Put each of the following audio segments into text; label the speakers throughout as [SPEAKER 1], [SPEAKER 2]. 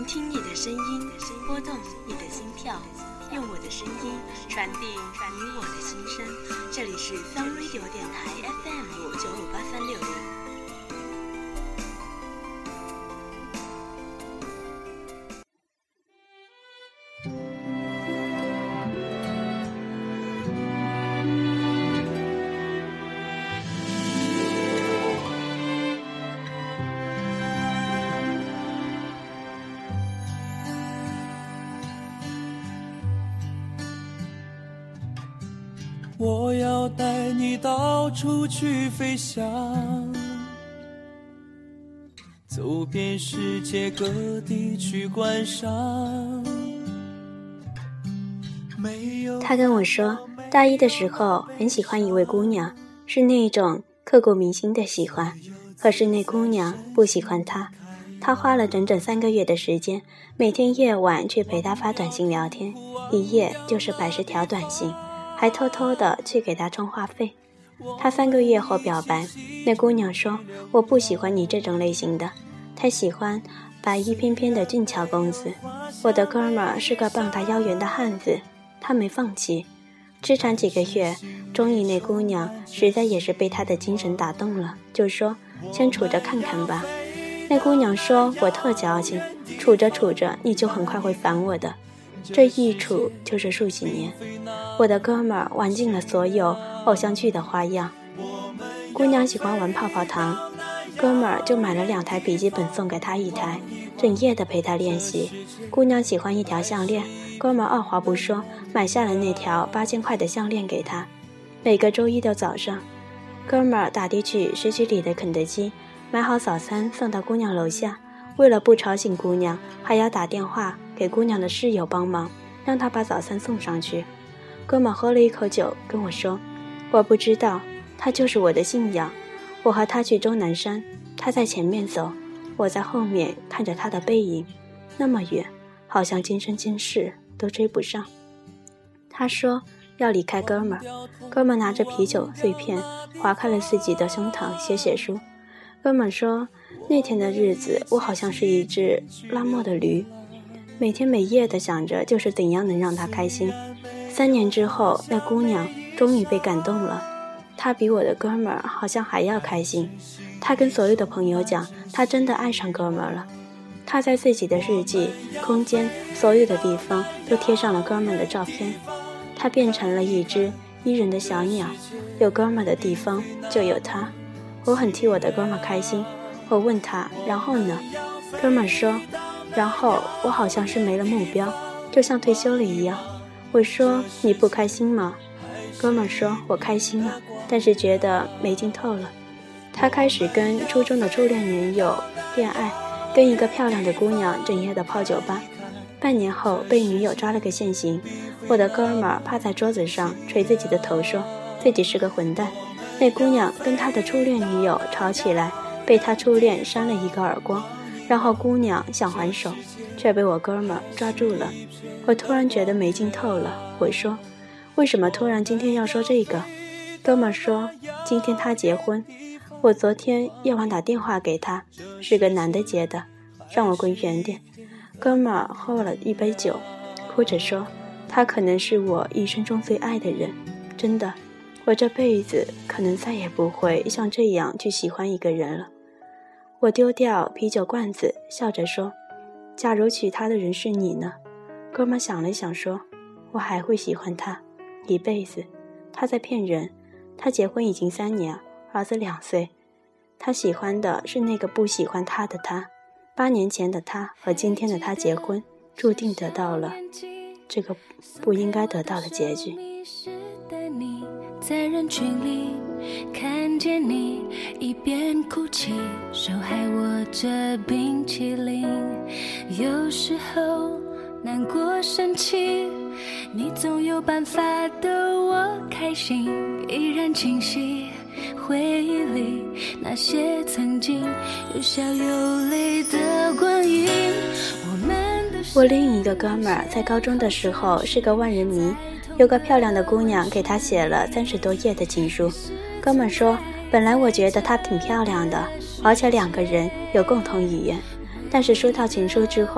[SPEAKER 1] 听你的声音，拨动你的心跳，用我的声音传递你我的心声。这里是 Sun Radio 电台 FM 95836。
[SPEAKER 2] 我要带你到处去飞翔，走遍世界各地去观赏。
[SPEAKER 3] 他跟我说，大一的时候很喜欢一位姑娘，是那种刻骨铭心的喜欢。可是那姑娘不喜欢他，他花了整整3个月的时间，每天夜晚去陪他发短信聊天，一夜就是100条短信，还偷偷的去给他充话费。他3个月后表白，那姑娘说，我不喜欢你这种类型的，她喜欢白衣翩翩的俊俏公子。我的哥们儿是个膀大腰圆的汉子，他没放弃，痴缠几个月，终于那姑娘实在也是被他的精神打动了，就说先处着看看吧。那姑娘说，我特矫情，处着处着你就很快会烦我的。这一处就是数几年，我的哥们儿玩尽了所有偶像剧的花样。姑娘喜欢玩泡泡糖，哥们儿就买了2台笔记本送给她1台，整夜的陪她练习。姑娘喜欢一条项链，哥们儿二话不说买下了那条8000块的项链给她。每个周一的早上，哥们儿打的去市区里的肯德基，买好早餐送到姑娘楼下，为了不吵醒姑娘，还要打电话给姑娘的室友帮忙，让她把早餐送上去。哥们喝了一口酒跟我说，我不知道，他就是我的信仰。我和他去终南山，他在前面走，我在后面看着他的背影，那么远，好像今生今世都追不上。他说要离开哥们儿，哥们儿拿着啤酒碎片划开了自己的胸膛写书。哥们儿说，那天的日子我好像是一只拉磨的驴，每天每夜的想着就是怎样能让他开心。3年之后，那姑娘终于被感动了，她比我的哥们儿好像还要开心。她跟所有的朋友讲，她真的爱上哥们儿了。她在自己的日记、空间，所有的地方都贴上了哥们儿的照片。她变成了一只依人的小鸟，有哥们儿的地方就有她。我很替我的哥们儿开心。我问他，然后呢？哥们儿说，然后我好像是没了目标，就像退休了一样。我说，你不开心吗？哥们儿说，我开心了，但是觉得没劲透了。他开始跟初中的初恋女友恋爱，跟一个漂亮的姑娘整夜的泡酒吧。半年后被女友抓了个现行。我的哥们儿趴在桌子上捶自己的头，说自己是个混蛋。那姑娘跟他的初恋女友吵起来，被他初恋扇了一个耳光，然后姑娘想还手，却被我哥们儿抓住了。我突然觉得没劲透了。我说，为什么突然今天要说这个？哥们儿说，今天他结婚。我昨天夜晚打电话给他，是个男的接的，让我滚远点。哥们儿喝了一杯酒，哭着说，他可能是我一生中最爱的人，真的，我这辈子可能再也不会像这样去喜欢一个人了。我丢掉啤酒罐子，笑着说，假如娶她的人是你呢？哥们想了想说，我还会喜欢他一辈子。他在骗人，他结婚已经3年，儿子2岁。他喜欢的是那个不喜欢他的他。8年前的他和今天的他结婚，注定得到了这个不应该得到的结局。
[SPEAKER 4] 在人群里看见你一边哭泣，手还握着冰淇淋，有时候难过生气，你总有办法逗我开心，依然清晰回忆里那些曾经有笑有泪的光阴。
[SPEAKER 3] 我另一个哥们儿在高中的时候是个万人迷，有个漂亮的姑娘给他写了30多页的情书。哥们儿说，本来我觉得她挺漂亮的，而且2个人有共同语言，但是收到情书之后，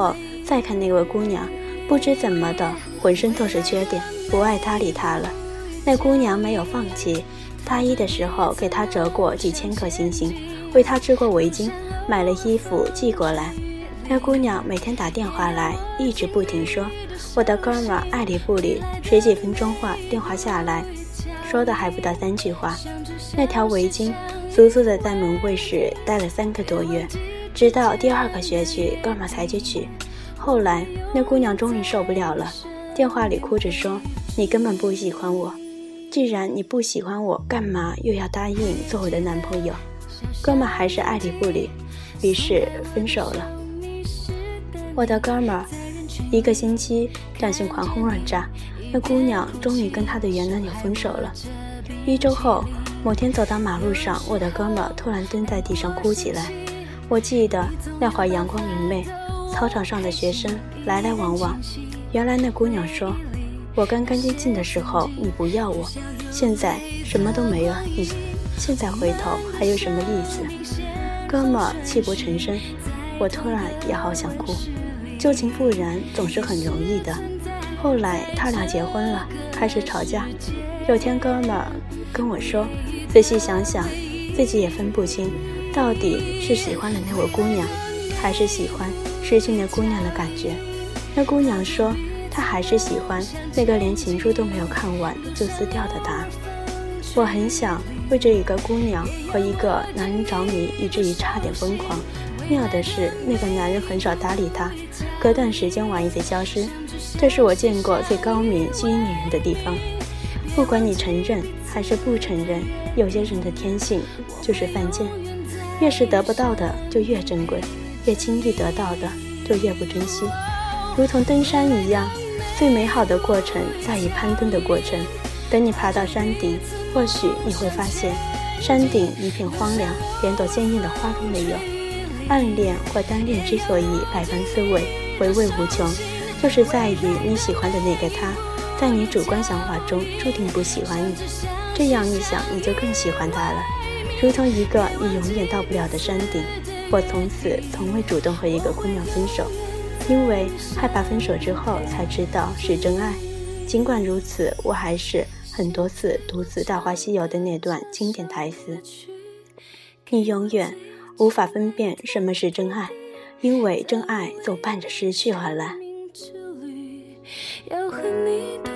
[SPEAKER 3] 再看那位姑娘，不知怎么的，浑身都是缺点，不爱搭理他了。那姑娘没有放弃，大一的时候给他折过几千颗星星，为他织过围巾，买了衣服寄过来。那姑娘每天打电话来，一直不停说我的哥们儿爱理不理，10几分钟电话下来，说的还不到3句话。那条围巾足足的在门卫室待了3个多月，直到第2个学期哥们儿才去取。后来那姑娘终于受不了了，电话里哭着说，你根本不喜欢我，既然你不喜欢我，干嘛又要答应做我的男朋友？哥们儿还是爱理不理，于是分手了。我的哥们儿1个星期短信狂轰乱炸，那姑娘终于跟她的原男友分手了。1周后，某天走到马路上，我的哥们儿突然蹲在地上哭起来。我记得那会儿阳光明媚，操场上的学生来来往往。原来那姑娘说，我干干净净的时候你不要我，现在什么都没了，你现在回头还有什么意思？哥们儿泣不成声，我突然也好想哭。旧情复燃总是很容易的。后来他俩结婚了，开始吵架。有天哥们儿跟我说，仔细想想自己也分不清，到底是喜欢了那位姑娘，还是喜欢失去那姑娘的感觉。那姑娘说她还是喜欢那个连情书都没有看完就撕掉的她。我很想为这一个姑娘和一个男人着迷，以至于差点疯狂。妙的是，那个男人很少搭理她，隔段时间玩意再消失。这是我见过最高明吸引女人的地方。不管你承认还是不承认，有些人的天性就是犯贱，越是得不到的就越珍贵，越轻易得到的就越不珍惜。如同登山一样，最美好的过程在于攀登的过程。等你爬到山顶，或许你会发现山顶一片荒凉，连朵鲜艳的花都没有。暗恋或单恋之所以百般滋味，回味无穷，就是在于你喜欢的那个他在你主观想法中注定不喜欢你，这样一想你就更喜欢他了。如同一个你永远到不了的山顶，我从此从未主动和一个姑娘分手，因为害怕分手之后才知道是真爱。尽管如此，我还是很多次读死《大话西游》的那段经典台词，你永远无法分辨什么是真爱，因为真爱总伴着失去而来。
[SPEAKER 4] 要和你